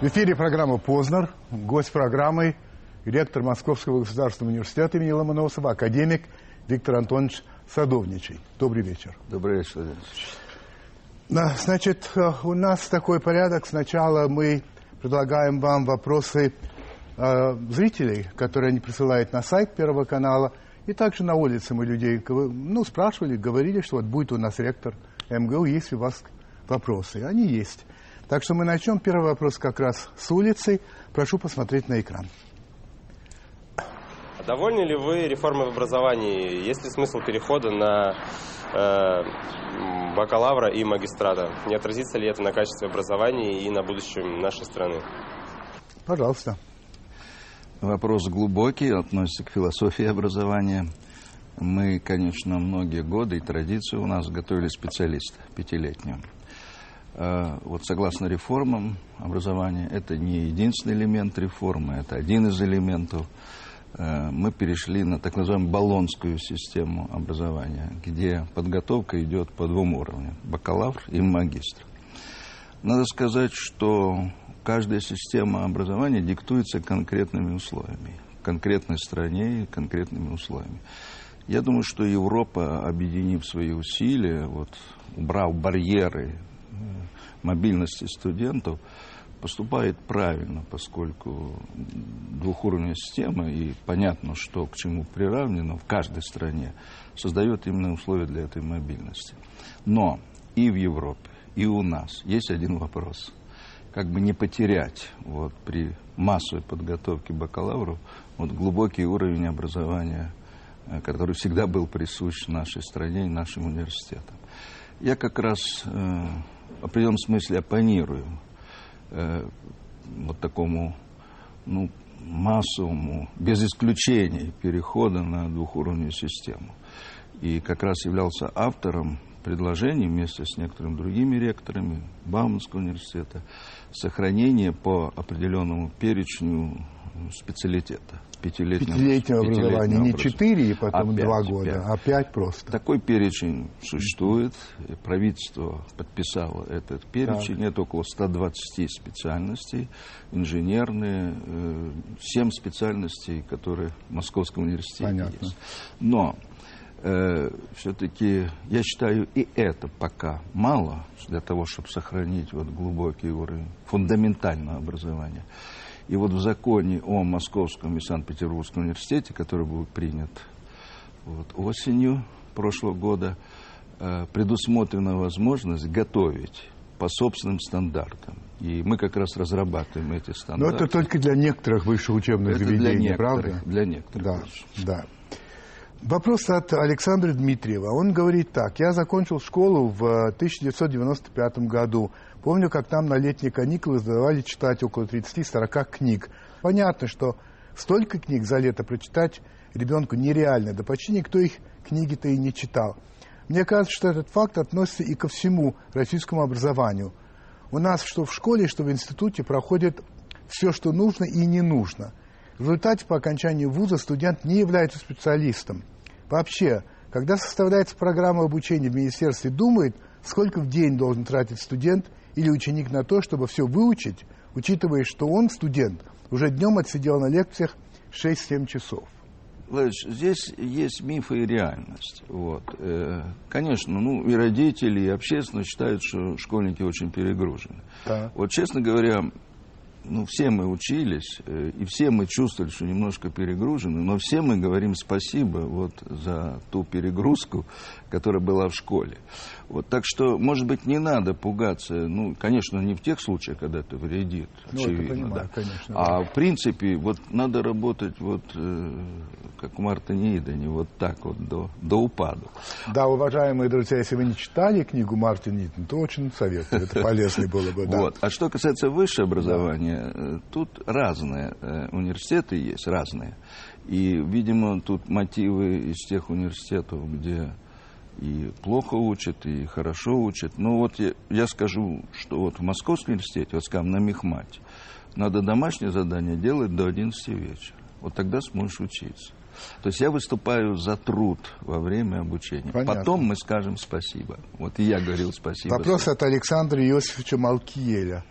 эфире программа «Познер». Гость программы – ректор Московского государственного университета имени Ломоносова, академик Виктор Антонович Садовничий. Добрый вечер. Добрый вечер, Владимир Ильич. Значит, у нас такой порядок. Сначала мы предлагаем вам вопросы зрителей, которые они присылают на сайт Первого канала. И также на улице мы людей спрашивали, говорили, что вот будет у нас ректор МГУ, есть ли у вас вопросы. Они есть. Так что мы начнем. Первый вопрос как раз с улицы. Прошу посмотреть на экран. Довольны ли вы реформой в образовании? Есть ли смысл перехода на бакалавра и магистрата? Не отразится ли это на качестве образования и на будущем нашей страны? Пожалуйста. Вопрос глубокий, относится к философии образования. Мы, конечно, многие годы и традиции у нас готовили специалиста пятилетнего. Вот согласно реформам образования, это не единственный элемент реформы, это один из элементов. Мы перешли на так называемую болонскую систему образования, где подготовка идет по двум уровням – бакалавр и магистр. Надо сказать, что каждая система образования диктуется конкретными условиями, в конкретной стране и конкретными условиями. Я думаю, что Европа, объединив свои усилия, убрав барьеры мобильности студентов, поступает правильно, поскольку двухуровневая система, и понятно, что к чему приравнено в каждой стране, создает именно условия для этой мобильности. Но и в Европе, и у нас есть один вопрос. Как бы не потерять при массовой подготовке бакалавров глубокий уровень образования, который всегда был присущ нашей стране и нашим университетам. Я как раз в определенном смысле оппонирую такому массовому, без исключений, перехода на двухуровневую систему. И как раз являлся автором предложений вместе с некоторыми другими ректорами Бауманского университета сохранение по определенному перечню специалитета. Пятилетнего образования. Не 4 и потом 2 года, а 5 просто. Такой перечень существует. Правительство подписало этот перечень. Так. Это около 120 специальностей. Инженерные, 7 специальностей, которые в Московском университете Понятно. есть. Но все-таки я считаю, и это пока мало для того, чтобы сохранить глубокий уровень фундаментального образования. И в законе о Московском и Санкт-Петербургском университете, который был принят осенью прошлого года, предусмотрена возможность готовить по собственным стандартам. И мы как раз разрабатываем эти стандарты. Но это только для некоторых высших учебных заведений, правда? Для некоторых. Да. Вопрос от Александра Дмитриева. Он говорит так. Я закончил школу в 1995 году. Помню, как нам на летние каникулы задавали читать около 30-40 книг. Понятно, что столько книг за лето прочитать ребенку нереально. Да почти никто их книги-то и не читал. Мне кажется, что этот факт относится и ко всему российскому образованию. У нас что в школе, что в институте проходит все, что нужно и не нужно. В результате по окончанию вуза студент не является специалистом. Вообще, когда составляется программа обучения в министерстве, думает, сколько в день должен тратить студент или ученик на то, чтобы все выучить, учитывая, что он, студент, уже днем отсидел на лекциях 6-7 часов. Владимир, здесь есть мифы и реальность. Конечно, и родители, и общественность считают, что школьники очень перегружены. Да. Честно говоря, все мы учились, и все мы чувствовали, что немножко перегружены, но все мы говорим спасибо за ту перегрузку, которая была в школе. Так что, может быть, не надо пугаться, конечно, не в тех случаях, когда это вредит, очевидно. Понимаю, конечно, а в принципе, надо работать, как в Мартине Идене, так до упаду. Да, уважаемые друзья, если вы не читали книгу Мартин Иден, то очень советую, это полезно было бы, да. А что касается высшего образования, тут разные университеты есть, разные. И, видимо, тут мотивы из тех университетов, где и плохо учат, и хорошо учат. Но я скажу, что в Московском университете, скажем, на Мехмате, надо домашнее задание делать до 11 вечера. Тогда сможешь учиться. То есть я выступаю за труд во время обучения. Понятно. Потом мы скажем спасибо. И я говорил спасибо. Вопрос от Александра Иосифовича Малкиеля.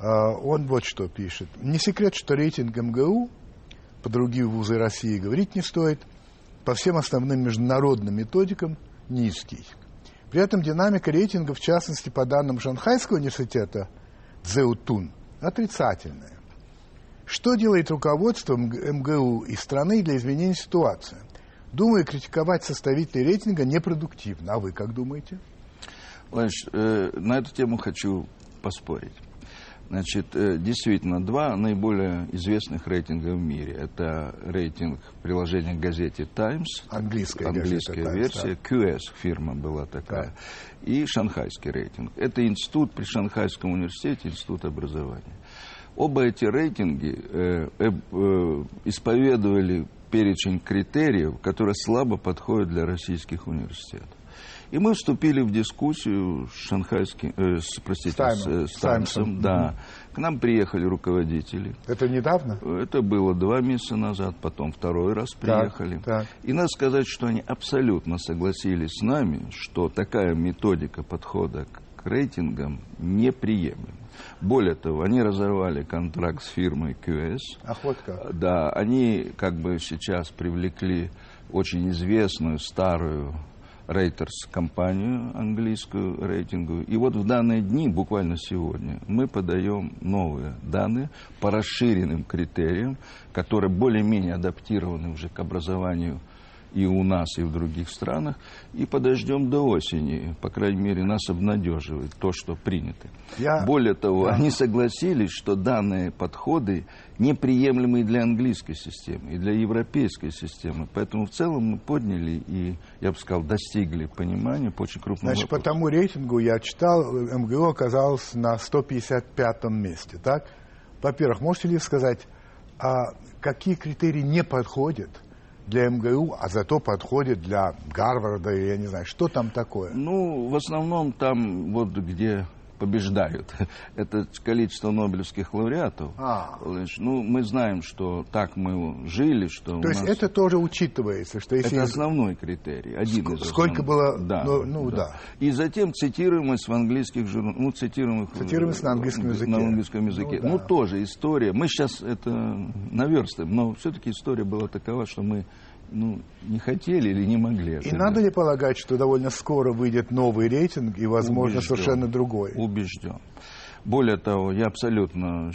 Он вот что пишет. Не секрет, что рейтинг МГУ, по другим вузы России говорить не стоит, по всем основным международным методикам низкий. При этом динамика рейтинга, в частности, по данным Шанхайского университета Цзэутун, отрицательная. Что делает руководство МГУ и страны для изменения ситуации? Думаю, критиковать составителей рейтинга непродуктивно. А вы как думаете? Значит, на эту тему хочу поспорить. Значит, действительно, два наиболее известных рейтинга в мире. Это рейтинг приложения к газете «Таймс», английская версия, да. QS фирма была такая, да. И шанхайский рейтинг. Это институт при Шанхайском университете, институт образования. Оба эти рейтинги исповедовали перечень критериев, которые слабо подходят для российских университетов. И мы вступили в дискуссию с Таймсом. Да. К нам приехали руководители. Это недавно? Это было 2 месяца назад, потом второй раз приехали. Так. И надо сказать, что они абсолютно согласились с нами, что такая методика подхода к рейтингам неприемлема. Более того, они разорвали контракт с фирмой QS. Вот как? Да, они как бы сейчас привлекли очень известную старую Reuters компанию английскую рейтинговую. И вот в данные дни, буквально сегодня, мы подаем новые данные по расширенным критериям, которые более-менее адаптированы уже к образованию и у нас, и в других странах, и подождем до осени. По крайней мере, нас обнадеживает то, что принято. Более того, они согласились, что данные подходы неприемлемы для английской системы, и для европейской системы. Поэтому в целом мы подняли и, я бы сказал, достигли понимания по очень крупному вопросу. По тому рейтингу я читал, МГУ оказалось на 155-м месте. Так? Во-первых, можете ли сказать, какие критерии не подходят для МГУ, а зато подходит для Гарварда, или я не знаю, что там такое? Ну, в основном там, вот где побеждают, это количество нобелевских лауреатов. Ну, мы знаем, что так мы жили, что то есть это тоже учитывается, что если... Это основной критерий, один из сколько было... Да, да. И затем цитируемость в английских журналах, цитируемость на английском языке. На английском языке. Ну, тоже история. Мы сейчас это наверстываем, но все-таки история была такова, что мы не хотели или не могли. И надо ли полагать, что довольно скоро выйдет новый рейтинг и, возможно, совершенно другой? Убежден. Более того, я абсолютно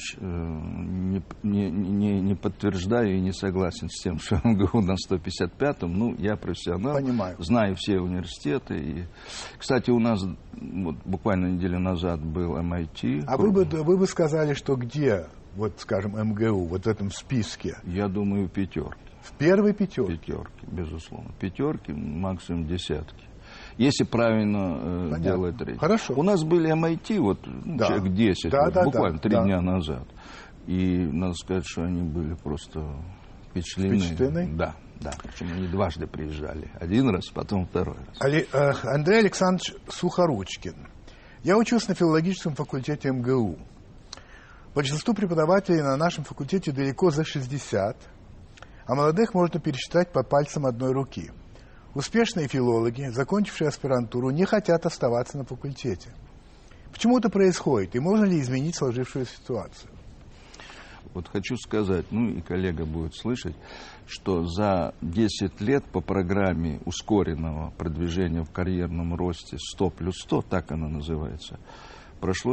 не подтверждаю и не согласен с тем, что МГУ на 155-м. Ну, я профессионал, знаю все университеты. И, кстати, у нас вот, буквально неделю назад был MIT. А вы бы сказали, что где, вот, скажем, МГУ, вот в этом списке? Я думаю, 5. В первой 5? 5, безусловно. 5, максимум 10. Если правильно делать рейтинг. Хорошо. У нас были MIT, вот человек 10, буквально 3 дня назад. И надо сказать, что они были просто впечатлены. Да. Причем они дважды приезжали. Один раз, потом второй раз. Андрей Александрович Сухоручкин. Я учился на филологическом факультете МГУ. Большинству преподавателей на нашем факультете далеко за 60, а молодых можно пересчитать по пальцам одной руки. Успешные филологи, закончившие аспирантуру, не хотят оставаться на факультете. Почему это происходит, и можно ли изменить сложившуюся ситуацию? Вот хочу сказать, и коллега будет слышать, что за 10 лет по программе ускоренного продвижения в карьерном росте 100+100, так она называется, прошло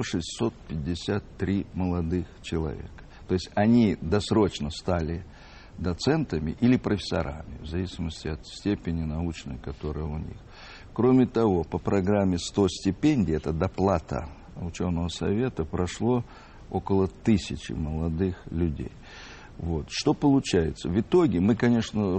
653 молодых человека. То есть они досрочно стали доцентами или профессорами, в зависимости от степени научной, которая у них. Кроме того, по программе 100 стипендий, это доплата ученого совета, прошло около 1000 молодых людей. Вот. Что получается? В итоге мы, конечно,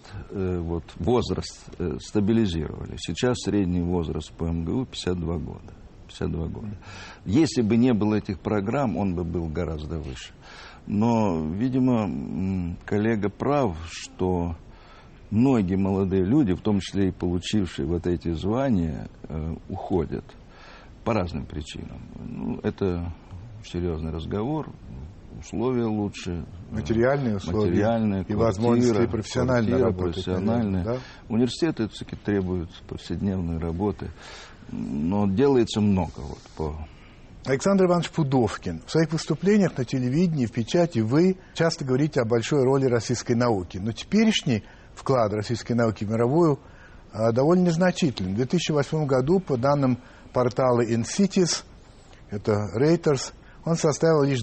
возраст стабилизировали. Сейчас средний возраст по МГУ 52 года. 52 года. Если бы не было этих программ, он бы был гораздо выше. Но, видимо, коллега прав, что многие молодые люди, в том числе и получившие вот эти звания, уходят по разным причинам. Это серьезный разговор, условия лучше. Материальные условия и возможности профессионально работать. Да? Университеты все-таки требуют повседневной работы, но делается много по Александр Иванович Пудовкин. В своих выступлениях на телевидении, в печати вы часто говорите о большой роли российской науки. Но теперешний вклад российской науки в мировую довольно незначителен. В 2008 году, по данным портала InCities, это Reuters, он составил лишь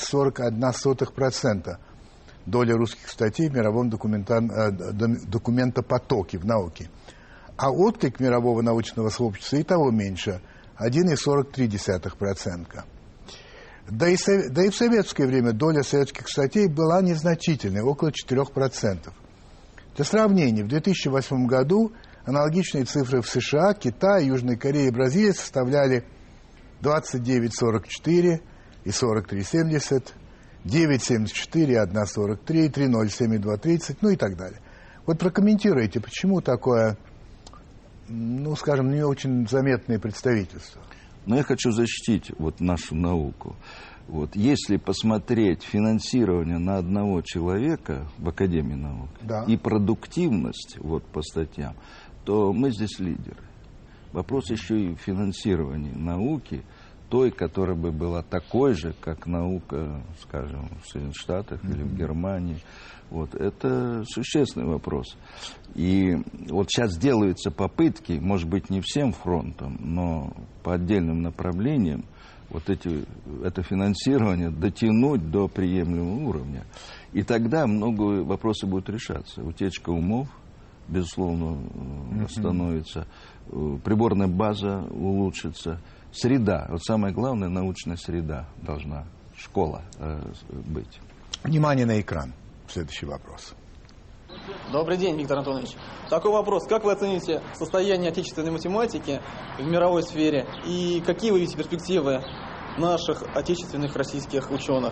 2,41% доли русских статей в мировом документопотоке в науке. А отклик мирового научного сообщества и того меньше – 1,43%. Да и в советское время доля советских статей была незначительной, около 4%. Для сравнения, в 2008 году аналогичные цифры в США, Китае, Южной Корее и Бразилии составляли 29,44 и 43,70, 9,74, 1,43, 3,07 и 2,30, ну и так далее. Вот прокомментируйте, почему такое, ну, скажем, не очень заметное представительство. Но я хочу защитить вот нашу науку. Вот, если посмотреть финансирование на одного человека в Академии наук, да, и продуктивность вот, по статьям, то мы здесь лидеры. Вопрос еще и в финансировании науки, той, которая бы была такой же, как наука, скажем, в Соединенных Штатах или в Германии. Вот, это существенный вопрос. И вот сейчас делаются попытки, может быть, не всем фронтом, но по отдельным направлениям, вот это финансирование дотянуть до приемлемого уровня. И тогда много вопросов будут решаться. Утечка умов, безусловно, остановится, приборная база улучшится, среда, вот самое главное, научная среда должна, школа быть. Внимание на экран. Следующий вопрос. Добрый день, Виктор Антонович. Такой вопрос. Как вы оцените состояние отечественной математики в мировой сфере и какие вы видите перспективы наших отечественных российских ученых?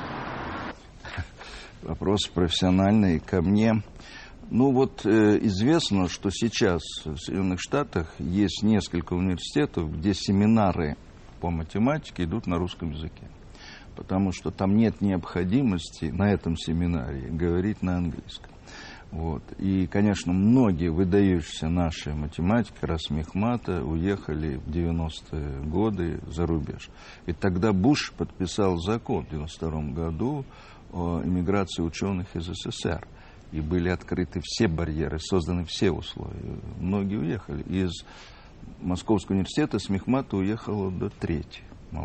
Вопрос профессиональный ко мне. Ну вот известно, что сейчас в Соединенных Штатах есть несколько университетов, где семинары по математике идут на русском языке. Потому что там нет необходимости на этом семинаре говорить на английском. Вот. И, конечно, многие выдающиеся наши математики Росмехмата уехали в 90-е годы за рубеж. Ведь тогда Буш подписал закон в 92 году о эмиграции ученых из СССР. И были открыты все барьеры, созданы все условия. Многие уехали. Из Московского университета Смехмата уехало до треть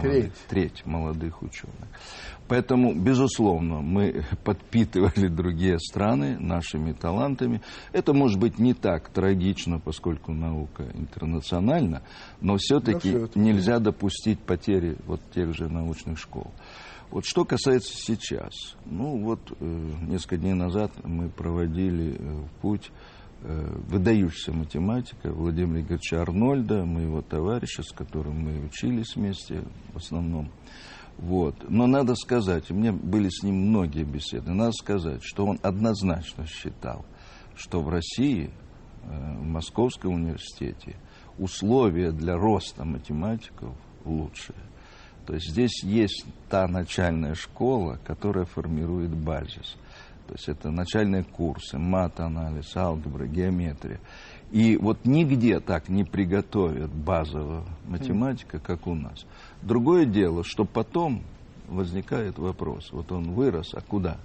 молодых ученых. Поэтому, безусловно, мы подпитывали другие страны нашими талантами. Это может быть не так трагично, поскольку наука интернациональна, но все-таки нельзя допустить потери вот тех же научных школ. Вот что касается сейчас. Ну вот несколько дней назад мы проводили в путь выдающегося математика Владимира Игоревича Арнольда, моего товарища, с которым мы учились вместе в основном. Вот. Но надо сказать, у меня были с ним многие беседы, надо сказать, что он однозначно считал, что в России, в Московском университете, условия для роста математиков лучшие. То есть здесь есть та начальная школа, которая формирует базис. То есть это начальные курсы, мат-анализ, алгебра, геометрия. И вот нигде так не приготовят базового математика, как у нас. Другое дело, что потом возникает вопрос. Вот он вырос, а куда?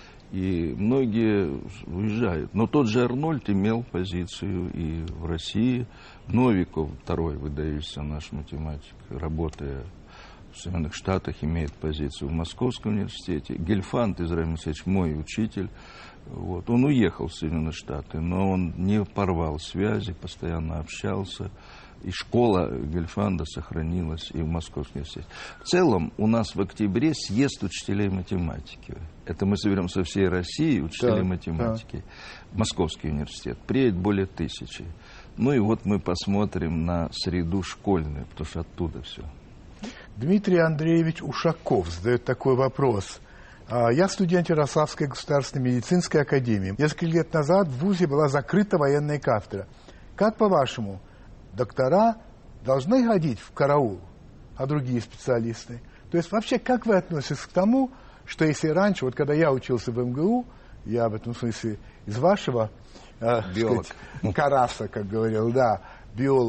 И многие уезжают. Но тот же Арнольд имел позицию и в России. Новиков, второй выдающийся наш математик, работая в Соединенных Штатах, имеет позицию в Московском университете. Гельфанд Израиль Моисеевич, мой учитель, вот, он уехал в Соединенные Штаты, но он не порвал связи, постоянно общался. И школа Гельфанда сохранилась и в Московском университете. В целом у нас в октябре съезд учителей математики. Это мы соберем со всей России учителей математики. Московский университет. Приедет более 1000. Ну и вот мы посмотрим на среду школьную, потому что оттуда все. Дмитрий Андреевич Ушаков задает такой вопрос. Я студент Ярославской государственной медицинской академии. Несколько лет назад в ВУЗе была закрыта военная кафедра. Как, по-вашему, доктора должны ходить в караул, а другие специалисты? То есть вообще, как вы относитесь к тому, что если раньше, вот когда я учился в МГУ, я в этом смысле из вашего, сказать, караса, как говорил, да, биолог,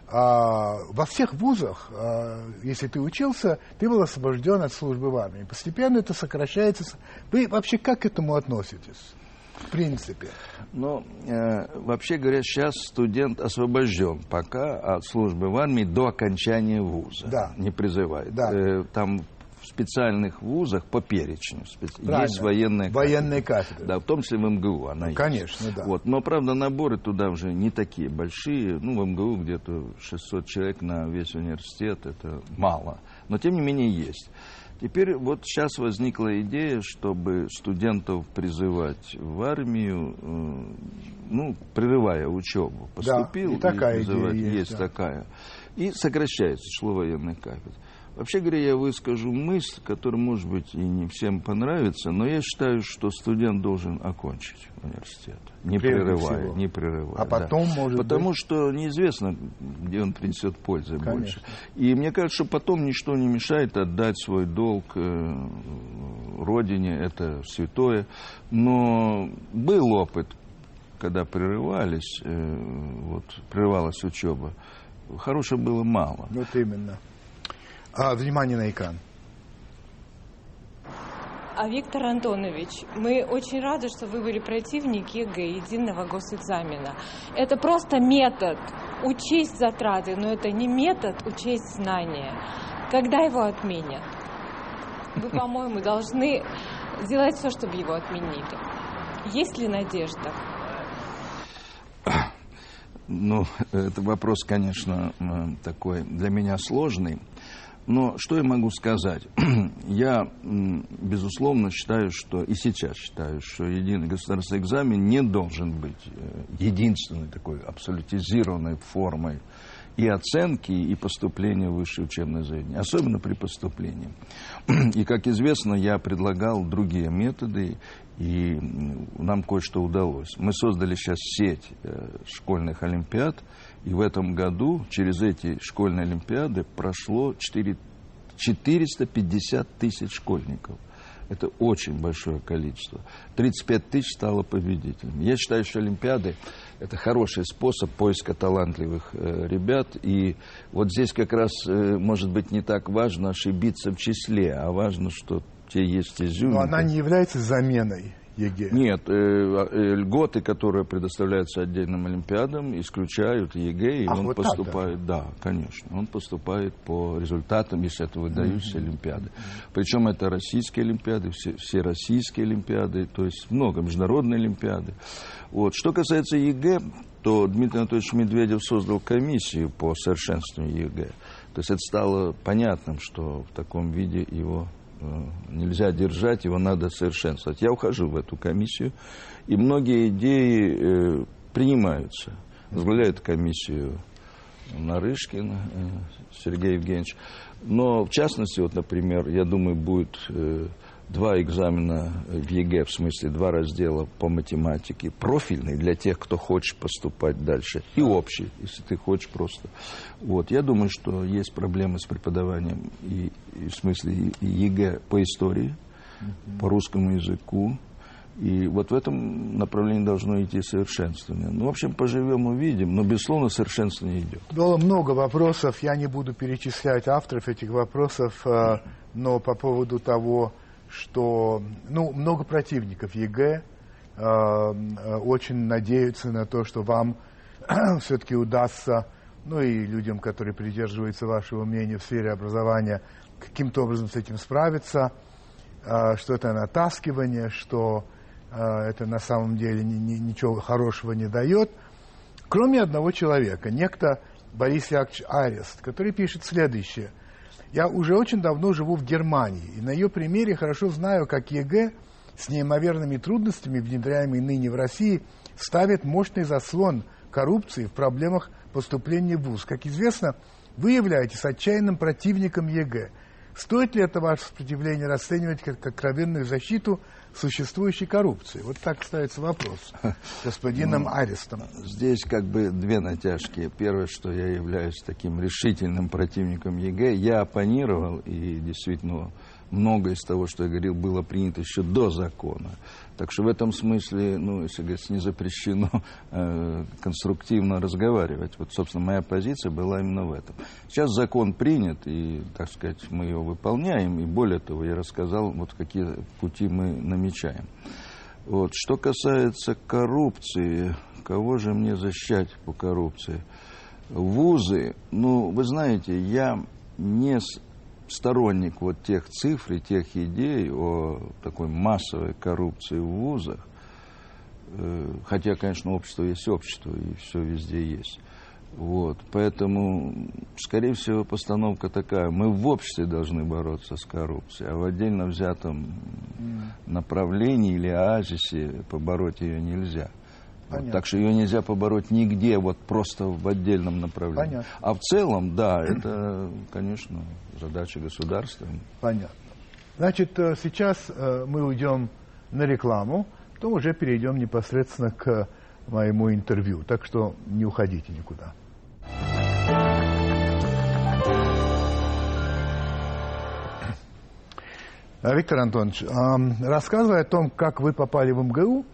во всех вузах, если ты учился, ты был освобожден от службы в армии. Постепенно это сокращается. Вы вообще как к этому относитесь? В принципе. Ну, вообще говоря, сейчас студент освобожден пока от службы в армии до окончания вуза. Да. Не призывает. Да. Там в специальных вузах по перечню Правильно. есть военные кафедры. Да, в том числе в МГУ она есть. Конечно, да. Вот. Но, правда, наборы туда уже не такие большие. Ну, в МГУ где-то 600 человек на весь университет. Это мало. Но, тем не менее, есть. Теперь вот сейчас возникла идея, чтобы студентов призывать в армию, ну, прерывая учебу. Поступил, да, и такая призывать, идея есть да. такая. И сокращается число военных кафедр. Вообще говоря, я выскажу мысль, которая, может быть, и не всем понравится, но я считаю, что студент должен окончить университет, не прерывая. А потом, да. может Потому быть... что неизвестно, где он принесет пользы Конечно. больше. И мне кажется, что потом ничто не мешает отдать свой долг Родине, это святое. Но был опыт, когда прерывалась учеба, хорошего было мало. Вот именно. Внимание на экран. Виктор Антонович, мы очень рады, что вы были противник ЕГЭ, единого госэкзамена. Это просто метод учесть затраты, но это не метод учесть знания. Когда его отменят? Вы, по-моему, должны сделать все, чтобы его отменили. Есть ли надежда? Ну, это вопрос, конечно, такой для меня сложный. Но что я могу сказать? Я, безусловно, считаю, что, и сейчас считаю, что единый государственный экзамен не должен быть единственной такой абсолютизированной формой и оценки, и поступления в высшее учебное заведение, особенно при поступлении. И, как известно, я предлагал другие методы, и нам кое-что удалось. Мы создали сейчас сеть школьных олимпиад, и в этом году через эти школьные олимпиады прошло 450 тысяч школьников. Это очень большое количество. 35 тысяч стало победителями. Я считаю, что олимпиады – это хороший способ поиска талантливых ребят. И вот здесь как раз, может быть, не так важно ошибиться в числе, а важно, что те есть изюминка. Но она не является заменой ЕГЭ. Нет, льготы, которые предоставляются отдельным олимпиадам, исключают ЕГЭ, и он вот поступает, да, конечно, он поступает по результатам, если это выдающиеся олимпиады. Причем это российские олимпиады, все российские олимпиады, то есть много международные олимпиады. Вот. Что касается ЕГЭ, то Дмитрий Анатольевич Медведев создал комиссию по совершенствованию ЕГЭ. То есть это стало понятным, что в таком виде его нельзя держать, его надо совершенствовать. Я ухожу в эту комиссию, и многие идеи принимаются. Возглавляет комиссию Нарышкин Сергей Евгеньевич. Но, в частности, вот, например, я думаю, будет 2 экзамена в ЕГЭ, в смысле 2 раздела по математике, профильный для тех, кто хочет поступать дальше, и общий, если ты хочешь просто. Вот. Я думаю, что есть проблемы с преподаванием и в смысле и ЕГЭ по истории, по русскому языку, и вот в этом направлении должно идти совершенствование. Ну, в общем, поживем, увидим, но, безусловно, совершенствование идет. Было много вопросов, я не буду перечислять авторов этих вопросов, но по поводу того, что много противников ЕГЭ очень надеются на то, что вам все-таки удастся, и людям, которые придерживаются вашего мнения в сфере образования, каким-то образом с этим справиться, что это натаскивание, что это на самом деле ничего хорошего не дает, кроме одного человека, некто Борис Яковлевич Арест, который пишет следующее. Я уже очень давно живу в Германии, и на ее примере хорошо знаю, как ЕГЭ с неимоверными трудностями, внедряемый ныне в России, ставит мощный заслон коррупции в проблемах поступления в вуз. Как известно, вы являетесь отчаянным противником ЕГЭ. Стоит ли это ваше сопротивление расценивать как откровенную защиту существующей коррупции? Вот так ставится вопрос господином Арестом. Здесь как бы две натяжки. Первое, что я являюсь таким решительным противником ЕГЭ. Я оппонировал, и действительно многое из того, что я говорил, было принято еще до закона. Так что в этом смысле, если говорить, не запрещено конструктивно разговаривать. Вот, собственно, моя позиция была именно в этом. Сейчас закон принят, и, так сказать, мы его выполняем, и более того, я рассказал, вот какие пути мы намечаем. Вот. Что касается коррупции, кого же мне защищать по коррупции? Вузы, вы знаете, я не сторонник вот тех цифр и тех идей о такой массовой коррупции в вузах, хотя, конечно, общество есть общество, и все везде есть. Вот. Поэтому, скорее всего, постановка такая: мы в обществе должны бороться с коррупцией, а в отдельно взятом направлении или оазисе побороть ее нельзя. Вот, так что ее нельзя побороть нигде, вот просто в отдельном направлении. Понятно. А в целом, да, это, конечно, задача государства. Понятно. Значит, сейчас мы уйдем на рекламу, потом уже перейдем непосредственно к моему интервью. Так что не уходите никуда. Виктор Антонович, рассказывая о том, как вы попали в МГУ,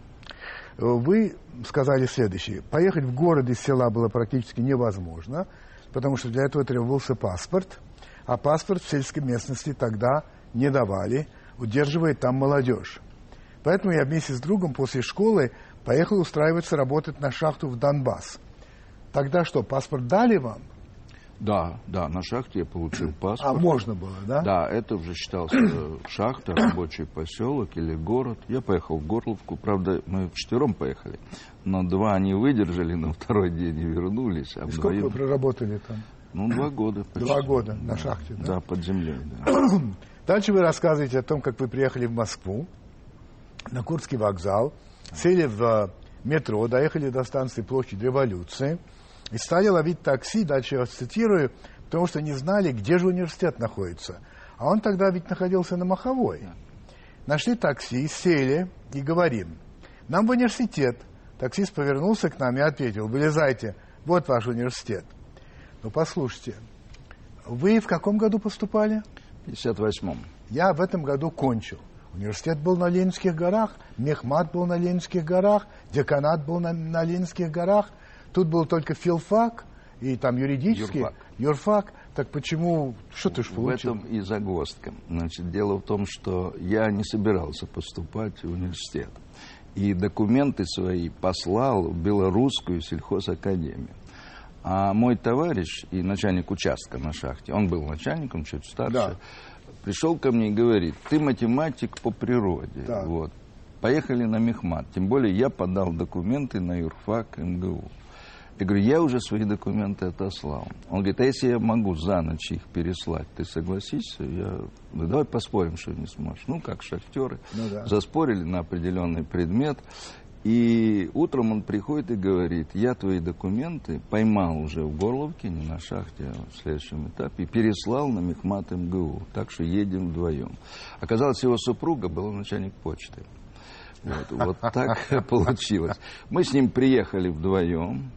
вы сказали следующее. Поехать в город из села было практически невозможно, потому что для этого требовался паспорт, а паспорт в сельской местности тогда не давали, удерживая там молодежь. Поэтому я вместе с другом после школы поехал устраиваться работать на шахту в Донбасс. Тогда что, паспорт дали вам? Да, на шахте я получил паспорт. А можно было, да? Да, это уже считался шахта, рабочий поселок или город. Я поехал в Горловку, правда, мы вчетвером поехали, но два не выдержали, на второй день и вернулись. А сколько вы проработали там? 2 года почти. 2 года на шахте, да? Да, под землей, да. Дальше вы рассказываете о том, как вы приехали в Москву, на Курский вокзал, сели в метро, доехали до станции Площадь Революции и стали ловить такси, дальше я вас цитирую, потому что не знали, где же университет находится. А он тогда ведь находился на Маховой. Нашли такси, сели и говорим: нам в университет. Таксист повернулся к нам и ответил: вылезайте, вот ваш университет. Ну, послушайте, вы в каком году поступали? В 58-м. Я в этом году кончил. Университет был на Ленинских горах, мехмат был на Ленинских горах, деканат был на Ленинских горах. Тут был только филфак и там юридический, юрфак. Так почему, что ты ж получил? В этом и загвоздка. Значит, дело в том, что я не собирался поступать в университет. И документы свои послал в Белорусскую сельхозакадемию. А мой товарищ и начальник участка на шахте, он был начальником, чуть старше, да, пришел ко мне и говорит: ты математик по природе. Да. Вот. Поехали на мехмат. Тем более я подал документы на юрфак МГУ. Я говорю: я уже свои документы отослал. Он говорит: а если я могу за ночь их переслать, ты согласишься? Я говорю: давай поспорим, что не сможешь. Ну, как шахтеры. Да. Заспорили на определенный предмет. И утром он приходит и говорит: я твои документы поймал уже в Горловке, не на шахте, а в следующем этапе, и переслал на мехмат МГУ. Так что едем вдвоем. Оказалось, его супруга была начальник почты. Вот так получилось. Мы с ним приехали вдвоем.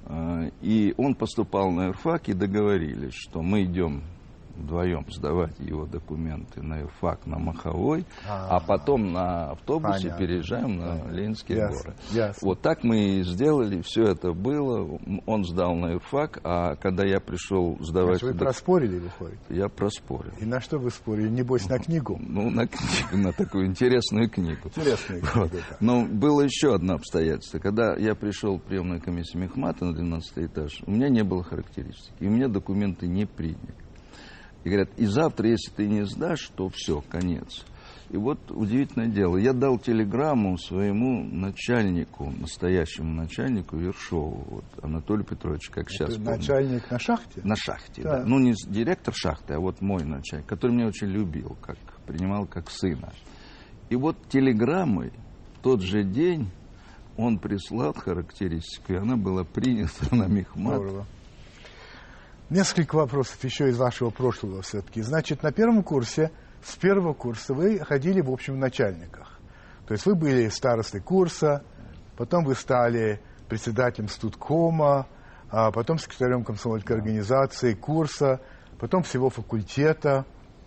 И он поступал на юрфак, и договорились, что мы идем вдвоем сдавать его документы на юрфак на Маховой, а потом на автобусе переезжаем на Ленинские горы. Вот так мы и сделали, все это было. Он сдал на юрфак, а когда я пришел сдавать... Вы проспорили, выходит? Я проспорил. И на что вы спорили? Небось, на книгу? Ну, на книгу, на такую интересную книгу. Интересную книгу, да. Но было еще одно обстоятельство. Когда я пришел в приемную комиссию мехмата на 12-й этаж, у меня не было характеристики, и у меня документы не приняли. И говорят: и завтра, если ты не сдашь, то все, конец. И вот удивительное дело. Я дал телеграмму своему начальнику, настоящему начальнику Ершову, вот, Анатолию Петровичу, как сейчас помню. Начальник на шахте? На шахте, да. Ну, не директор шахты, а вот мой начальник, который меня очень любил, принимал как сына. И вот телеграммой в тот же день он прислал характеристику, и она была принята на мехмат. Здорово. Несколько вопросов еще из вашего прошлого все-таки. Значит, на первом курсе, с первого курса вы ходили в общем в начальниках. То есть вы были старостой курса, потом вы стали председателем студкома, а потом секретарем комсомольской организации курса, потом всего факультета.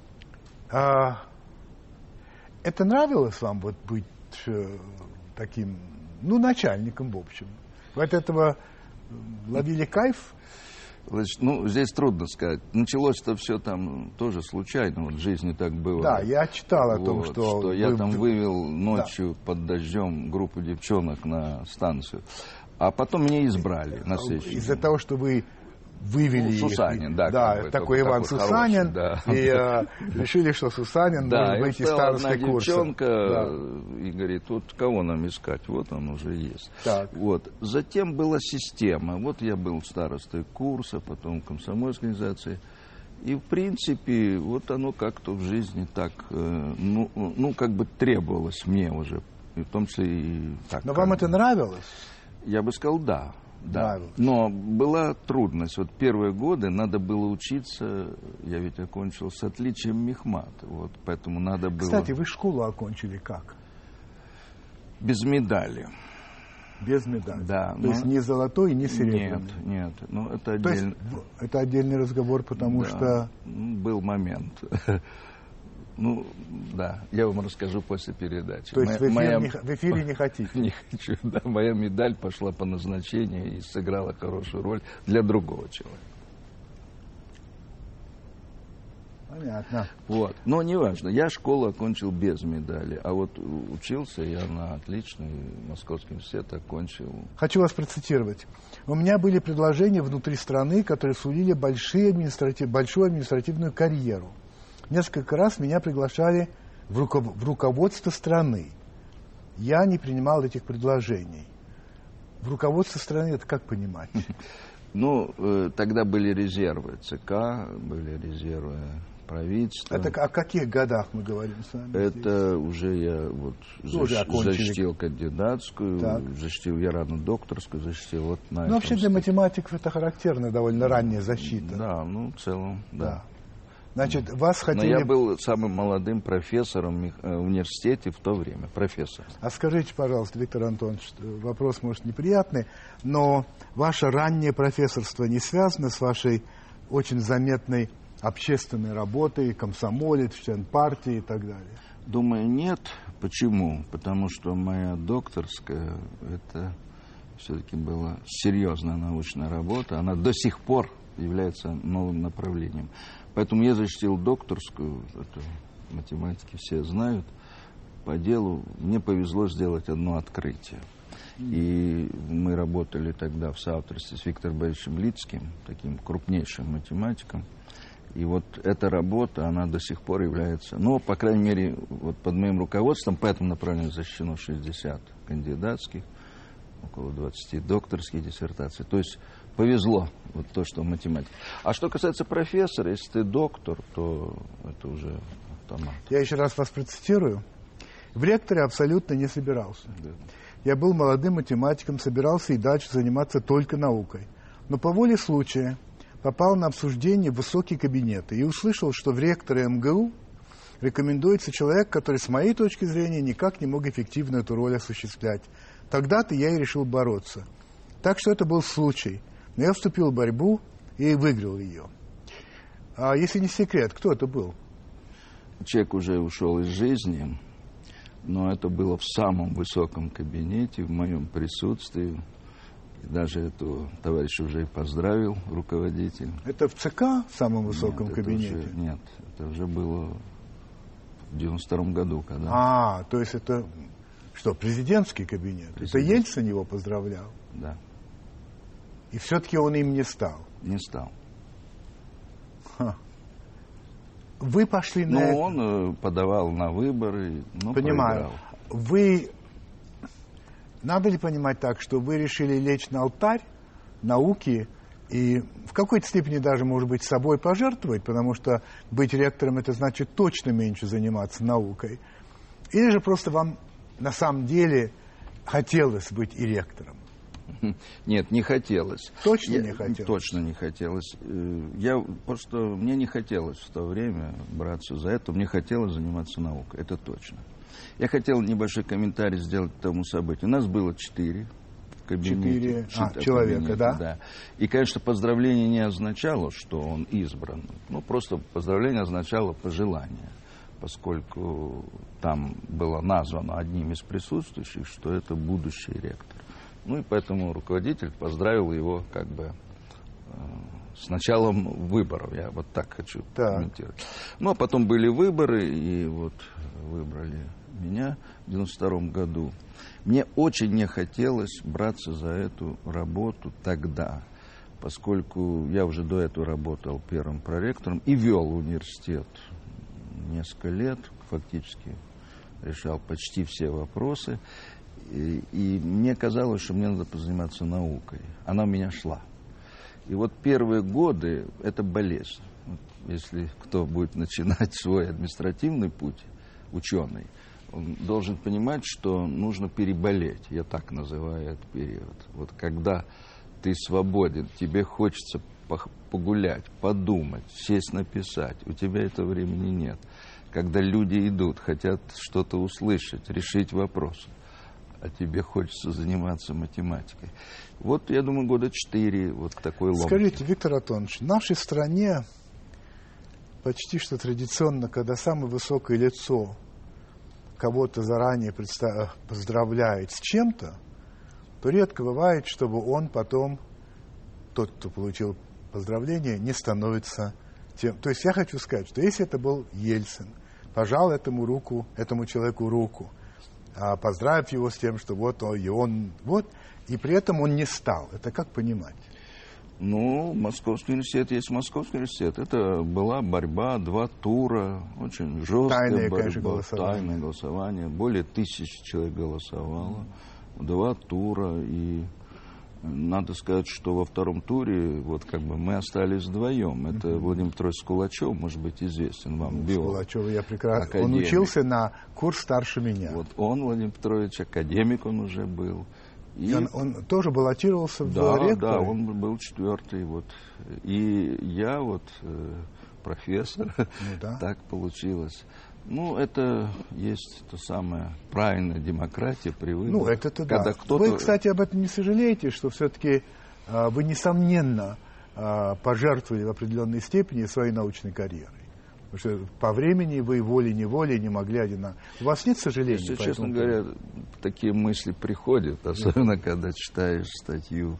Это нравилось вам вот быть таким, ну, начальником, в общем? Вы от этого ловили кайф? Значит, ну, здесь трудно сказать. Началось-то все там тоже случайно, вот в жизни так было. Да, я читал о том, вот, что я там вывел ночью под дождем группу девчонок на станцию. А потом меня избрали на следующий из-за день. того, что вы вывели их. Сусанин, да. Да, такой Иван Сусанин. Хороший, да. И решили, что Сусанин может быть и старостой курса. Девчонка и говорит, вот кого нам искать? Вот он уже есть. Так. Вот. Затем была система. Вот я был старостой курса, потом комсомольской организации. И, в принципе, вот оно как-то в жизни так, ну, как бы требовалось мне уже. И в том числе и так. Но вам это нравилось? Я бы сказал, да. Да. Нравилось. Но была трудность. Вот первые годы надо было учиться, я ведь окончил с отличием мехмат. Вот, поэтому надо было... Кстати, вы школу окончили как? Без медали. Без медали? Да. То есть ни золотой, ни серебряный? Нет. Ну, это То есть это отдельный разговор, потому что... Был момент. Ну, да, я вам расскажу после передачи. То есть в эфире не хотите? Не хочу, да. Моя медаль пошла по назначению и сыграла хорошую роль для другого человека. Понятно. Вот. Но неважно, я школу окончил без медали, а вот учился я на отличный Московский университет, окончил. Хочу вас процитировать. У меня были предложения внутри страны, которые сулили большую административную карьеру. Несколько раз меня приглашали в руководство страны. Я не принимал этих предложений. В руководство страны это как понимать? Ну, тогда были резервы ЦК, были резервы правительства. Это о каких годах мы говорим с вами? Это здесь? уже я вот защитил кандидатскую, защитил я рано докторскую, защитил вот на Ну, вообще для математиков это характерно, довольно ранняя защита. Да, ну, в целом, да. Значит, вас хотели... Но я был самым молодым профессором в университете в то время, профессор. А скажите, пожалуйста, Виктор Антонович, вопрос, может, неприятный, но ваше раннее профессорство не связано с вашей очень заметной общественной работой, комсомолец, член партии и так далее? Думаю, нет. Почему? Потому что моя докторская, это все-таки была серьезная научная работа, она до сих пор является новым направлением. Поэтому я защитил докторскую, это математики все знают, по делу. Мне повезло сделать одно открытие. И мы работали тогда в соавторстве с Виктором Борисовичем Лицким, таким крупнейшим математиком. И вот эта работа, она до сих пор является, ну, по крайней мере, вот под моим руководством, по этому направлению защищено 60 кандидатских, около 20 докторских диссертаций. То есть повезло, вот то, что математика. А что касается профессора, если ты доктор, то это уже автомат. Я еще раз вас процитирую. В ректоре абсолютно не собирался. Да. Я был молодым математиком, собирался и дальше заниматься только наукой. Но по воле случая попал на обсуждение в высокие кабинеты и услышал, что в ректоре МГУ рекомендуется человек, который, с моей точки зрения, никак не мог эффективно эту роль осуществлять. Тогда-то я и решил бороться. Так что это был случай. Но я вступил в борьбу и выиграл ее. А если не секрет, кто это был? Человек уже ушел из жизни, но это было в самом высоком кабинете, в моем присутствии. И даже этого товарища уже и поздравил руководитель. Это в ЦК в самом высоком кабинете? Нет, это уже было в 92-м году. Когда... то есть это что, президентский кабинет? Это Ельцин его поздравлял? Да. И все-таки он им не стал? Не стал. Вы пошли на это? Он подавал на выборы, но понимаю. Проиграл. Надо ли понимать так, что вы решили лечь на алтарь науки и в какой-то степени даже, может быть, собой пожертвовать, потому что быть ректором — это значит точно меньше заниматься наукой? Или же просто вам на самом деле хотелось быть и ректором? Нет, не хотелось. Точно не хотелось? Точно не хотелось. Мне не хотелось в то время браться за это. Мне хотелось заниматься наукой, это точно. Я хотел небольшой комментарий сделать к тому событию. У нас было 4 в кабинете. 4 человека, да? И, конечно, поздравление не означало, что он избран. Просто поздравление означало пожелание, поскольку там было названо одним из присутствующих, что это будущий ректор. И поэтому руководитель поздравил его с началом выборов. Я вот так хочу комментировать. А потом были выборы, и вот выбрали меня в 92 году. Мне очень не хотелось браться за эту работу тогда, поскольку я уже до этого работал первым проректором и вел университет несколько лет, фактически решал почти все вопросы. И мне казалось, что мне надо позаниматься наукой. Она у меня шла. И вот первые годы – это болезнь. Если кто будет начинать свой административный путь, ученый, он должен понимать, что нужно переболеть. Я так называю этот период. Вот когда ты свободен, тебе хочется погулять, подумать, сесть написать. У тебя этого времени нет. Когда люди идут, хотят что-то услышать, решить вопрос, а тебе хочется заниматься математикой. Вот, я думаю, года 4 вот такой ломки. Скажите, Виктор Антонович, в нашей стране почти что традиционно, когда самое высокое лицо кого-то заранее поздравляет с чем-то, то редко бывает, чтобы он потом, тот, кто получил поздравление, не становится тем. То есть я хочу сказать, что если это был Ельцин, пожал этому человеку руку, поздравив его с тем, что и при этом он не стал. Это как понимать? Московский университет есть Московский университет. Это была борьба, 2 тура, очень жесткая борьба, тайное голосование. Более 1000 человек голосовало, 2 тура. И надо сказать, что во втором туре мы остались вдвоем. Это Владимир Петрович Скулачев, может быть, известен вам, биолог. Скулачев, я прекрасно. Он учился на курс старше меня. Вот он, Владимир Петрович, академик он уже был. И он тоже баллотировался в ректоры? Да, он был 4-й. И я профессор. Так получилось. Это есть то самое правильная демократия при выборах. Это да. Вы, кстати, об этом не сожалеете, что все-таки вы, несомненно, пожертвовали в определенной степени своей научной карьерой? Потому что по времени вы волей-неволей не могли одинаково. У вас нет сожаления? Если, честно говоря, такие мысли приходят, особенно когда читаешь статью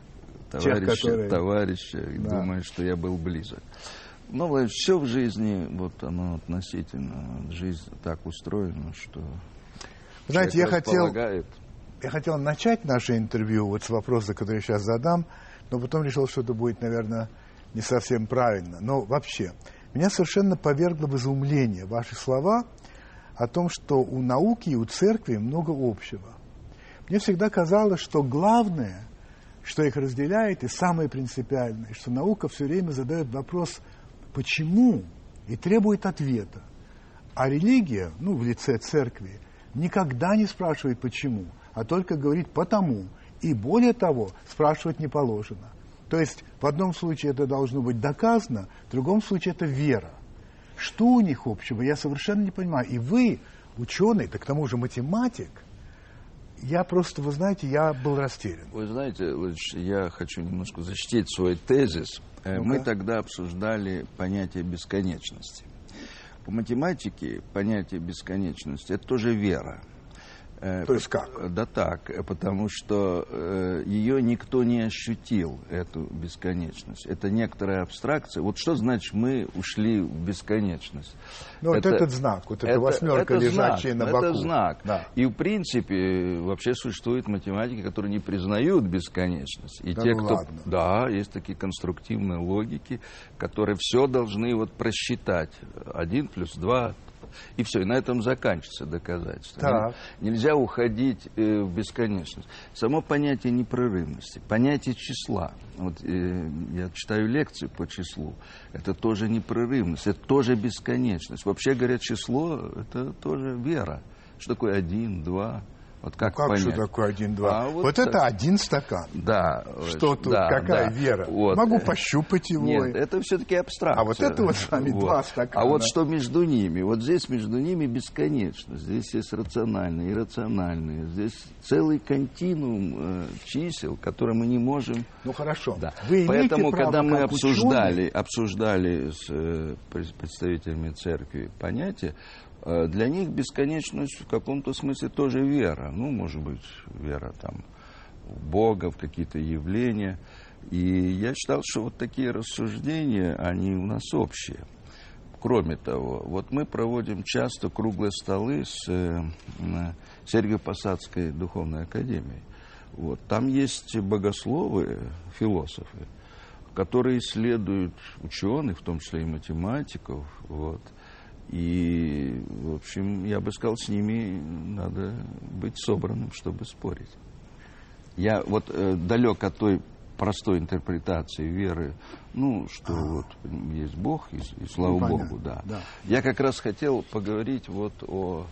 товарища и думаешь, что я был близок. Но все в жизни, оно относительно, жизнь так устроена, что знаете, я хотел начать наше интервью с вопроса, который я сейчас задам, но потом решил, что это будет, наверное, не совсем правильно. Но вообще, меня совершенно повергло в изумление ваши слова о том, что у науки и у церкви много общего. Мне всегда казалось, что главное, что их разделяет, и самое принципиальное, что наука все время задает вопрос «почему?» и требует ответа. А религия, в лице церкви, никогда не спрашивает «почему?», а только говорит «потому». И более того, спрашивать не положено. То есть в одном случае это должно быть доказано, в другом случае это вера. Что у них общего, я совершенно не понимаю. И вы, ученый, да к тому же математик, я просто, вы знаете, я был растерян. Вы знаете, я хочу немножко защитить свой тезис. Мы тогда обсуждали понятие бесконечности. По математике понятие бесконечности – это тоже вера. То есть как? Да так, потому что ее никто не ощутил, эту бесконечность. Это некоторая абстракция. Что значит мы ушли в бесконечность? Этот знак, эта восьмерка, лежащая на боку. Это знак. Да. И в принципе вообще существуют математики, которые не признают бесконечность. И ладно. Да, есть такие конструктивные логики, которые все должны просчитать. 1 + 2. И все, и на этом заканчивается доказательство. Нельзя уходить в бесконечность. Само понятие непрерывности, понятие числа. Я читаю лекции по числу. Это тоже непрерывность, это тоже бесконечность. Вообще говоря, число – это тоже вера. Что такое 1, 2, Вот как как понять? что такое 1-2? Вот так. это один стакан. Да. Что тут, да, какая да. вера? Вот. Могу пощупать его. Нет, это все-таки абстракция. А вот это вот с вами 2 стакана. А вот что между ними? Вот здесь между ними бесконечно. Здесь есть рациональные, иррациональные. Здесь целый континуум чисел, которые мы не можем... Ну хорошо. Да. Вы Поэтому, право, когда мы ученый... обсуждали с представителями церкви понятие, для них бесконечность в каком-то смысле тоже вера. Ну, может быть, вера там, в Бога, в какие-то явления. И я считал, что вот такие рассуждения, они у нас общие. Кроме того, вот мы проводим часто круглые столы с Сергиево-Посадской духовной академией. Вот. Там есть богословы, философы, которые исследуют ученых, в том числе и математиков. Вот. И, в общем, я бы сказал, с ними надо быть собранным, чтобы спорить. Я вот далек от той простой интерпретации веры, ну, что вот есть Бог, и слава Богу, да. Я как раз хотел поговорить вот о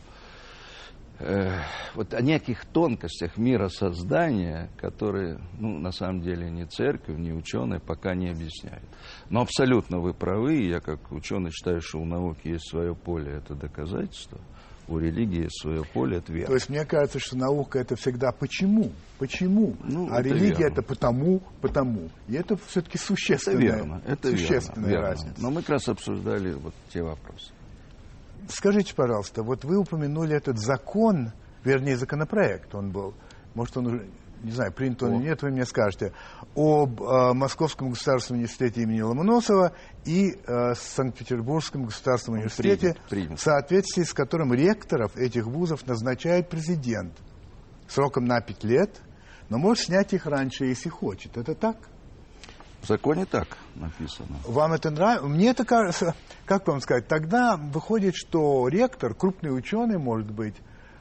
неких тонкостях миросоздания, которые, ну, на самом деле ни церковь, ни ученые пока не объясняют. Но абсолютно вы правы, я как ученый считаю, что у науки есть свое поле, это доказательство, у религии есть свое поле, это вера. То есть мне кажется, что наука это всегда почему, ну, а религия верно. это потому. И это все-таки существенная, существенная разница. Но мы как раз обсуждали вот те вопросы. Скажите, пожалуйста, вот вы упомянули этот закон, вернее, законопроект он был, может, он уже, не знаю, принят он или нет, вы мне скажете, об Московском государственном университете имени Ломоносова и Санкт-Петербургском государственном университете, принят. в соответствии с которым ректоров этих вузов назначает президент сроком на 5 лет, но может снять их раньше, если хочет. Это так? В законе так написано. Вам это нравится? Мне это кажется, как вам сказать, тогда выходит, что ректор, крупный ученый, может быть,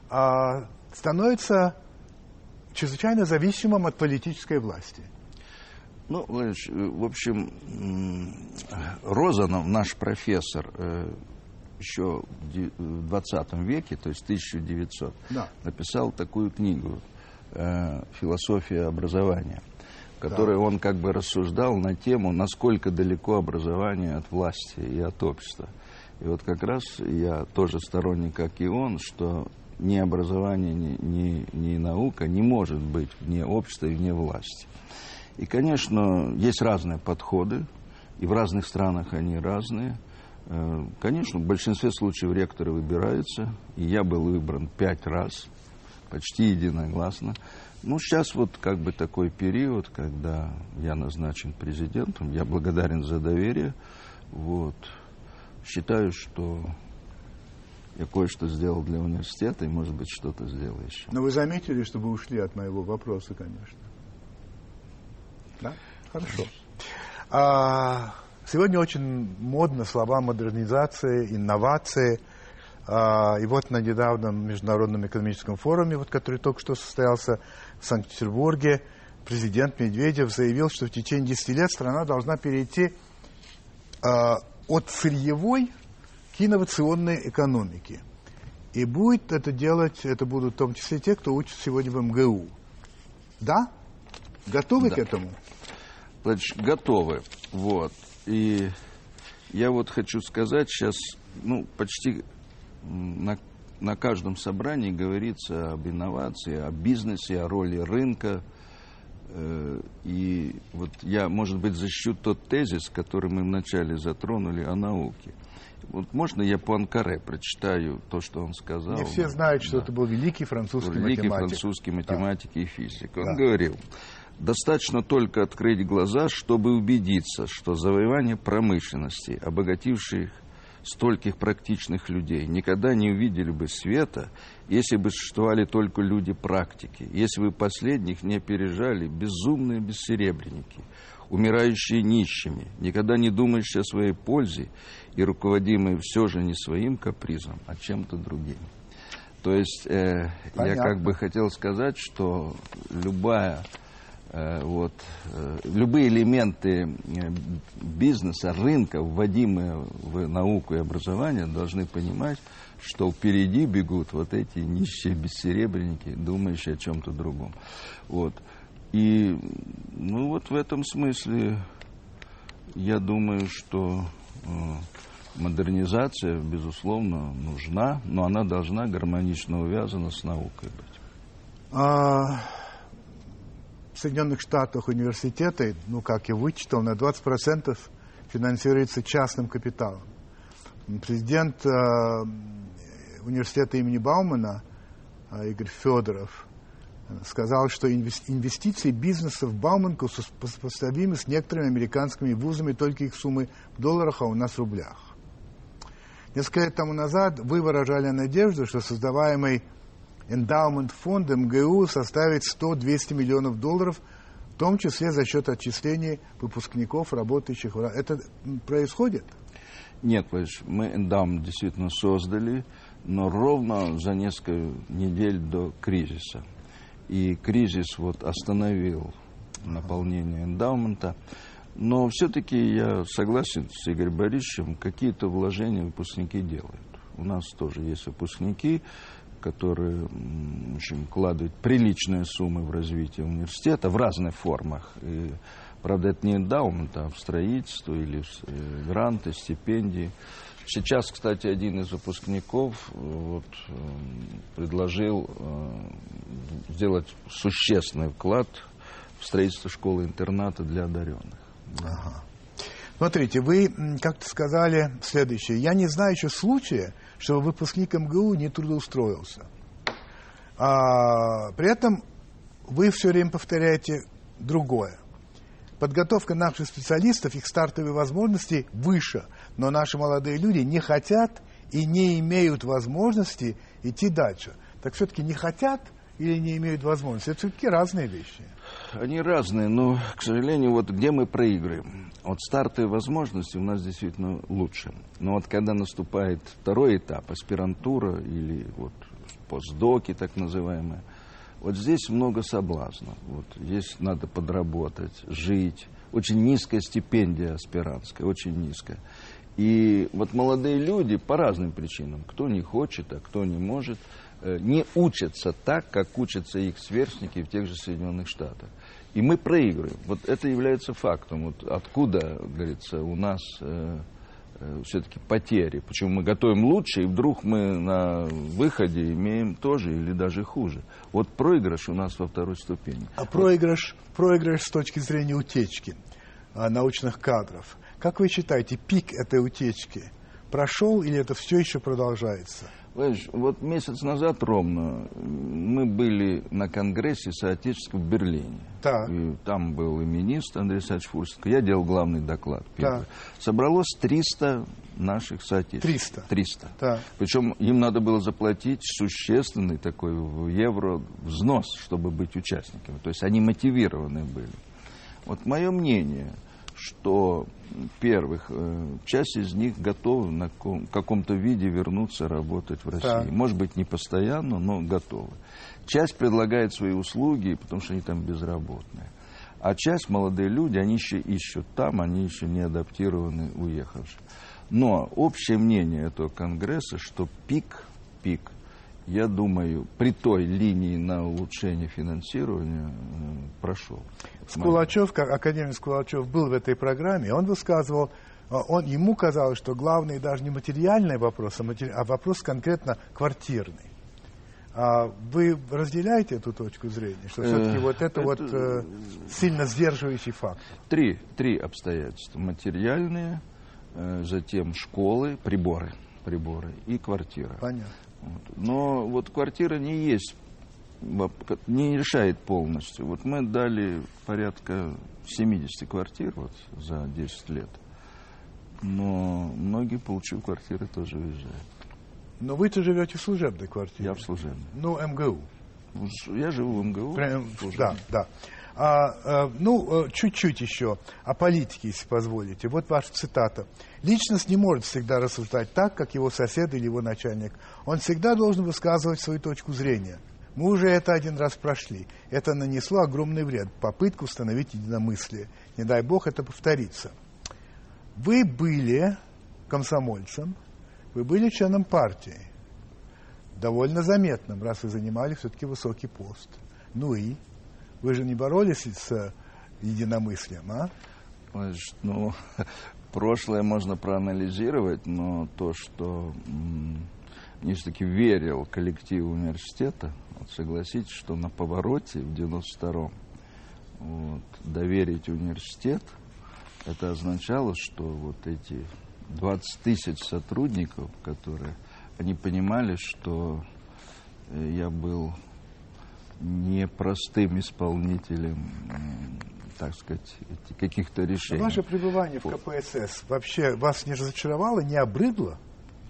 становится чрезвычайно зависимым от политической власти. Ну, Владимирович, в общем, Розанов, наш профессор, еще в 20 веке, то есть 1900, написал такую книгу «Философия образования», в которой он как бы рассуждал на тему, насколько далеко образование от власти и от общества. И вот как раз я тоже сторонник, как и он, что ни образование, ни наука не может быть вне общества и вне власти. И, конечно, есть разные подходы, и в разных странах они разные. Конечно, в большинстве случаев ректоры выбираются, и я был выбран 5 раз, почти единогласно. Ну, сейчас вот как бы такой период, когда я назначен президентом, я благодарен за доверие, вот. Считаю, что я кое-что сделал для университета, и, может быть, что-то сделаю еще. Но вы заметили, что вы ушли от моего вопроса, конечно. Да? Хорошо. Сегодня очень модно слова модернизация, инновации. И вот на недавнем Международном экономическом форуме, вот, который только что состоялся в Санкт-Петербурге, президент Медведев заявил, что в течение 10 лет страна должна перейти от сырьевой к инновационной экономике. И будет это делать, это будут в том числе те, кто учится сегодня в МГУ. Да? Готовы к этому? Значит, готовы. Вот. И я вот хочу сказать, сейчас, ну, почти на каждом собрании говорится об инновации, о бизнесе, о роли рынка. И вот я, может быть, защищу тот тезис, который мы вначале затронули, о науке. Вот можно я Пуанкаре прочитаю то, что он сказал? Не все знают, что это был великий французский математик и физик. Он говорил: достаточно только открыть глаза, чтобы убедиться, что завоевание промышленности, обогативших стольких практичных людей, никогда не увидели бы света, если бы существовали только люди практики, если бы последних не опережали безумные бессеребренники, умирающие нищими, никогда не думающие о своей пользе и руководимые все же не своим капризом, а чем-то другим. То есть я как бы хотел сказать, что любая любые элементы бизнеса, рынка, вводимые в науку и образование, должны понимать, что впереди бегут вот эти нищие бессеребренники, думающие о чем-то другом. И в этом смысле я думаю, что модернизация, безусловно, нужна, но она должна гармонично увязана с наукой быть. В Соединенных Штатах университеты, как я вычитал, на 20% финансируются частным капиталом. Президент университета имени Баумана Игорь Федоров сказал, что инвестиции бизнеса в Бауманку сопоставимы с некоторыми американскими вузами, только их суммы в долларах, а у нас в рублях. Несколько лет тому назад вы выражали надежду, что создаваемый эндаумент фонд МГУ составит 100-200 миллионов долларов, в том числе за счет отчислений выпускников, работающих. Это происходит? Нет, мы эндаумент действительно создали, но ровно за несколько недель до кризиса. И кризис остановил наполнение эндаумента. Но все-таки я согласен с Игорем Борисовичем, какие-то вложения выпускники делают. У нас тоже есть выпускники, которые вкладывают приличные суммы в развитие университета в разных формах. И, правда, это не эндаумент, а в строительство или в гранты, стипендии. Сейчас, кстати, один из выпускников предложил сделать существенный вклад в строительство школы-интерната для одаренных. Ага. Смотрите, вы как-то сказали следующее. Я не знаю еще случая, что выпускник МГУ не трудоустроился. При этом вы все время повторяете другое. Подготовка наших специалистов, их стартовые возможности выше, но наши молодые люди не хотят и не имеют возможности идти дальше. Так все-таки не хотят или не имеют возможности? Это все-таки разные вещи. Они разные, но, к сожалению, где мы проигрываем? Стартовые возможности у нас действительно лучше. Но когда наступает второй этап, аспирантура или постдоки так называемые, здесь много соблазнов. Здесь надо подработать, жить. Очень низкая стипендия аспирантская, очень низкая. И молодые люди по разным причинам, кто не хочет, а кто не может, не учатся так, как учатся их сверстники в тех же Соединенных Штатах. И мы проигрываем. Это является фактом. Откуда, говорится, у нас все-таки потери. Почему мы готовим лучше, и вдруг мы на выходе имеем тоже или даже хуже. Проигрыш у нас во второй ступени. А проигрыш с точки зрения утечки научных кадров. Как вы считаете, пик этой утечки прошел или это все еще продолжается? Месяц назад ровно мы были на конгрессе соотечественников в Берлине. Так. И там был и министр Андрей Александрович Фурсенко. Я делал главный доклад первый. Так. Собралось 300 наших соотечественников. 300. Так. Причем им надо было заплатить существенный такой в евро взнос, чтобы быть участниками. То есть они мотивированы были. Мое мнение, что часть из них готовы на каком-то виде вернуться работать в России. Так. Может быть, не постоянно, но готовы. Часть предлагает свои услуги, потому что они там безработные. А часть молодые люди, они еще ищут там, они еще не адаптированы, уехавшие. Но общее мнение этого конгресса, что пик, я думаю, при той линии на улучшение финансирования прошел. Академик Скулачев был в этой программе, он высказывал, ему казалось, что главный даже не материальный вопрос, а вопрос конкретно квартирный. Вы разделяете эту точку зрения, что все-таки это сильно сдерживающий фактор? Три обстоятельства. Материальные, затем школы, приборы и квартира. Понятно. Но квартира не решает полностью. Мы дали порядка 70 квартир за 10 лет. Но многие, получив квартиры, тоже уезжают. Но вы-то живете в служебной квартире. Я в служебной. МГУ. Я живу в МГУ. Да. Чуть-чуть еще о политике, если позволите. Ваша цитата. «Личность не может всегда рассуждать так, как его сосед или его начальник. Он всегда должен высказывать свою точку зрения. Мы уже это один раз прошли. Это нанесло огромный вред, попытку установить единомыслие. Не дай бог это повторится. Вы были комсомольцем, вы были членом партии. Довольно заметным, раз вы занимали все-таки высокий пост. Ну и? Вы же не боролись с единомыслием, а? Значит, ну, прошлое можно проанализировать, но то, что я все-таки верил коллективу университета, вот согласитесь, что на повороте в 92-м вот, доверить университет, это означало, что вот эти 20 тысяч сотрудников, которые, они понимали, что я был непростым исполнителем, так сказать, каких-то решений. Ваше пребывание в КПСС вообще вас не разочаровало, не обрыдло?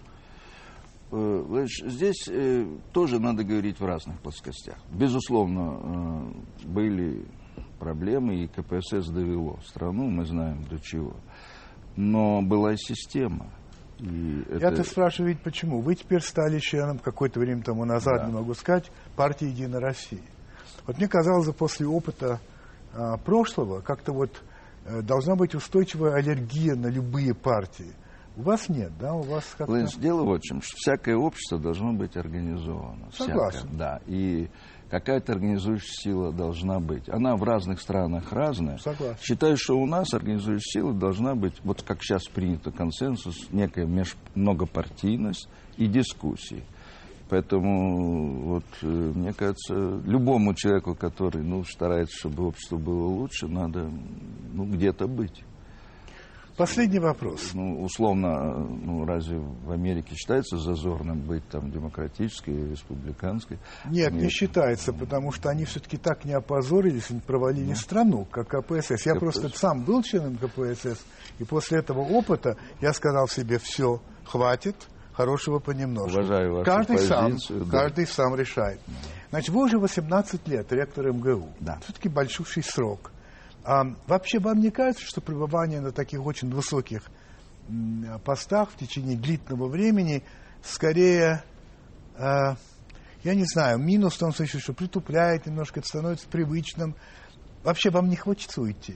Здесь тоже надо говорить в разных плоскостях. Безусловно, были проблемы, и КПСС довело страну, мы знаем до чего. Но была и система. Я-то спрашиваю, ведь почему? Вы теперь стали членом какое-то время тому назад, не могу сказать, партии «Единая Россия». Вот мне казалось, после опыта прошлого, как-то вот должна быть устойчивая аллергия на любые партии. У вас нет, да? У вас как-то... Дело вот в чем, что всякое общество должно быть организовано. Согласен. Всякое, да. И какая-то организующая сила должна быть. Она в разных странах разная. Согласен. Считаю, что у нас организующая сила должна быть, вот как сейчас принято консенсус, некая многопартийность и дискуссии. Поэтому, вот, мне кажется, любому человеку, который старается, чтобы общество было лучше, надо где-то быть. Последний вопрос. Условно, разве в Америке считается зазорным быть там демократической или республиканской? Нет, не считается, потому что они все-таки так не опозорились, не провалили страну, как КПСС. Я просто сам был членом КПСС, и после этого опыта я сказал себе, все, хватит, хорошего понемножку. Уважаю вашу позицию. Каждый сам решает. Значит, вы уже 18 лет ректор МГУ. Да. Все-таки большущий срок. Вообще вам не кажется, что пребывание на таких очень высоких постах в течение длительного времени скорее, я не знаю, минус в том случае, что притупляет немножко, это становится привычным. Вообще вам не хочется уйти?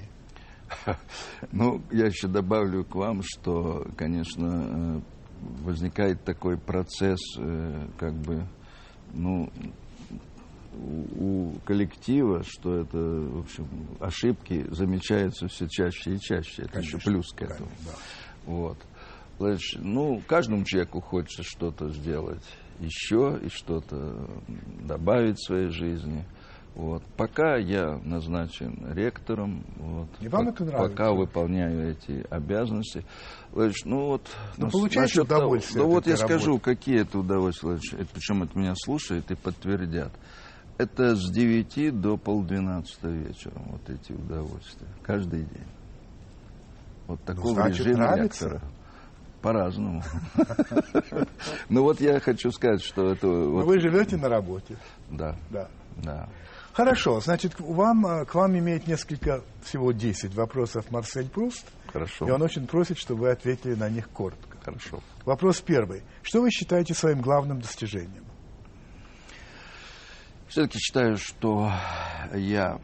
Я еще добавлю к вам, что, конечно, возникает такой процесс, у коллектива, что это, в общем, ошибки замечаются все чаще и чаще. Это еще плюс к этому. Да. Вот. Значит, каждому человеку хочется что-то сделать еще и что-то добавить в своей жизни. Вот. Пока я назначен ректором, и вам это нравится? Пока выполняю эти обязанности. Значит, получаете удовольствие? Я скажу, какие это удовольствия. Причем от меня слушают и подтвердят. Это с 9 до 11:30 вечера, вот эти удовольствия. Каждый день. Вот такой режим ректора. По-разному. Я хочу сказать, что это... Вы живете на работе. Да. Хорошо, значит, к вам имеет всего 10 вопросов Марсель Пруст. Хорошо. И он очень просит, чтобы вы ответили на них коротко. Хорошо. Вопрос первый. Что вы считаете своим главным достижением? Все-таки считаю, что я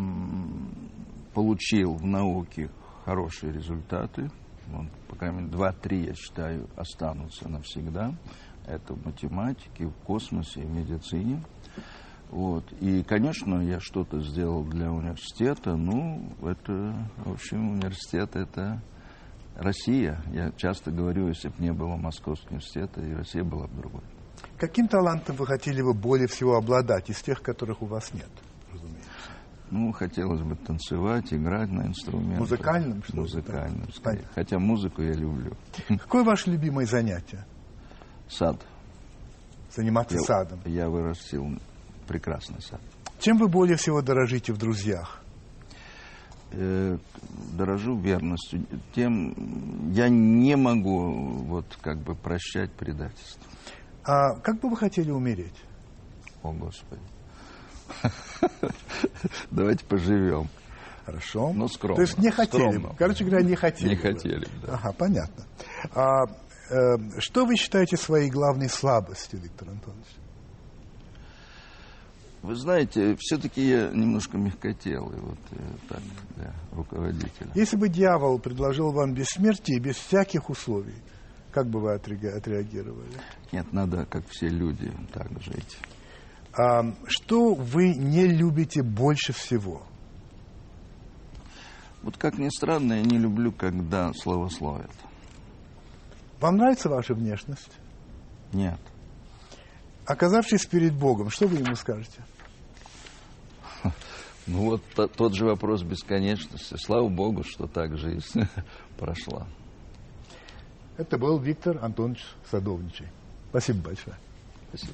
получил в науке хорошие результаты. По крайней мере, 2-3, я считаю, останутся навсегда. Это в математике, в космосе, в медицине. И, конечно, я что-то сделал для университета. В общем, университет — это Россия. Я часто говорю, если бы не было Московского университета, и Россия была бы другой. Каким талантом вы хотели бы более всего обладать из тех, которых у вас нет, разумеется? Хотелось бы танцевать, играть на инструментах. Музыкальным? Музыкальным, скорее. Хотя музыку я люблю. Какое ваше любимое занятие? Сад. Заниматься садом. Я вырастил прекрасный сад. Чем вы более всего дорожите в друзьях? Дорожу верностью. Тем я не могу прощать предательство. А как бы вы хотели умереть? О, Господи. Давайте поживем. Хорошо. Но скромно. То есть не хотели. Скромно. Короче говоря, не хотели. Не хотели, да. Ага, понятно. Что вы считаете своей главной слабостью, Виктор Антонович? Вы знаете, все-таки я немножко мягкотелый, вот так, для руководителя. Если бы дьявол предложил вам бессмертие без всяких условий, как бы вы отреагировали? Нет, надо, как все люди, так жить. Что вы не любите больше всего? Вот как ни странно, я не люблю, когда словословят. Вам нравится ваша внешность? Нет. Оказавшись перед Богом, что вы ему скажете? Ну вот тот же вопрос бесконечности. Слава Богу, что так жизнь прошла. Это был Виктор Антонович Садовничий. Спасибо большое. Спасибо.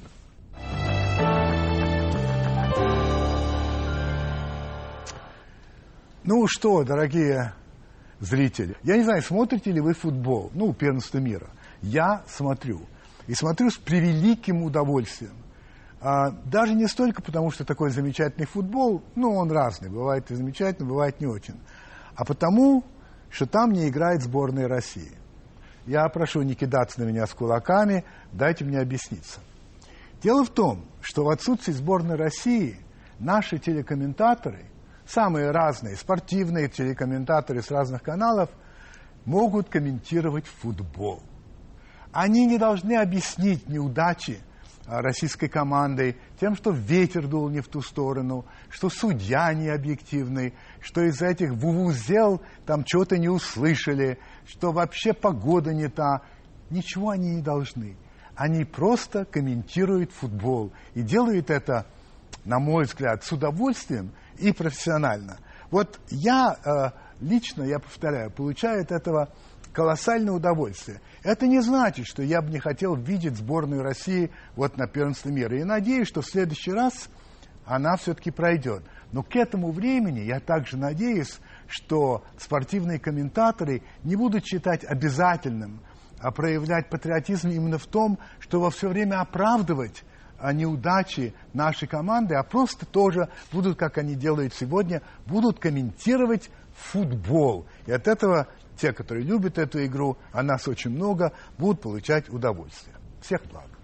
Ну что, дорогие зрители, я не знаю, смотрите ли вы футбол, первенство мира. Я смотрю. И смотрю с превеликим удовольствием. Даже не столько потому, что такой замечательный футбол, он разный, бывает и замечательный, бывает не очень, а потому, что там не играет сборная России. Я прошу не кидаться на меня с кулаками, дайте мне объясниться. Дело в том, что в отсутствии сборной России наши телекомментаторы, самые разные, спортивные телекомментаторы с разных каналов, могут комментировать футбол. Они не должны объяснить неудачи российской команды тем, что ветер дул не в ту сторону, что судья не объективный, что из-за этих вувузел там что-то не услышали, что вообще погода не та. Ничего они не должны. Они просто комментируют футбол. И делают это, на мой взгляд, с удовольствием и профессионально. Вот я лично, я повторяю, получаю от этого колоссальное удовольствие. Это не значит, что я бы не хотел видеть сборную России вот на первенстве мира. И надеюсь, что в следующий раз она все-таки пройдет. Но к этому времени я также надеюсь, что спортивные комментаторы не будут считать обязательным проявлять патриотизм именно в том, чтобы все время оправдывать неудачи нашей команды, а просто тоже будут, как они делают сегодня, будут комментировать футбол. И от этого те, которые любят эту игру, а нас очень много, будут получать удовольствие. Всех благ.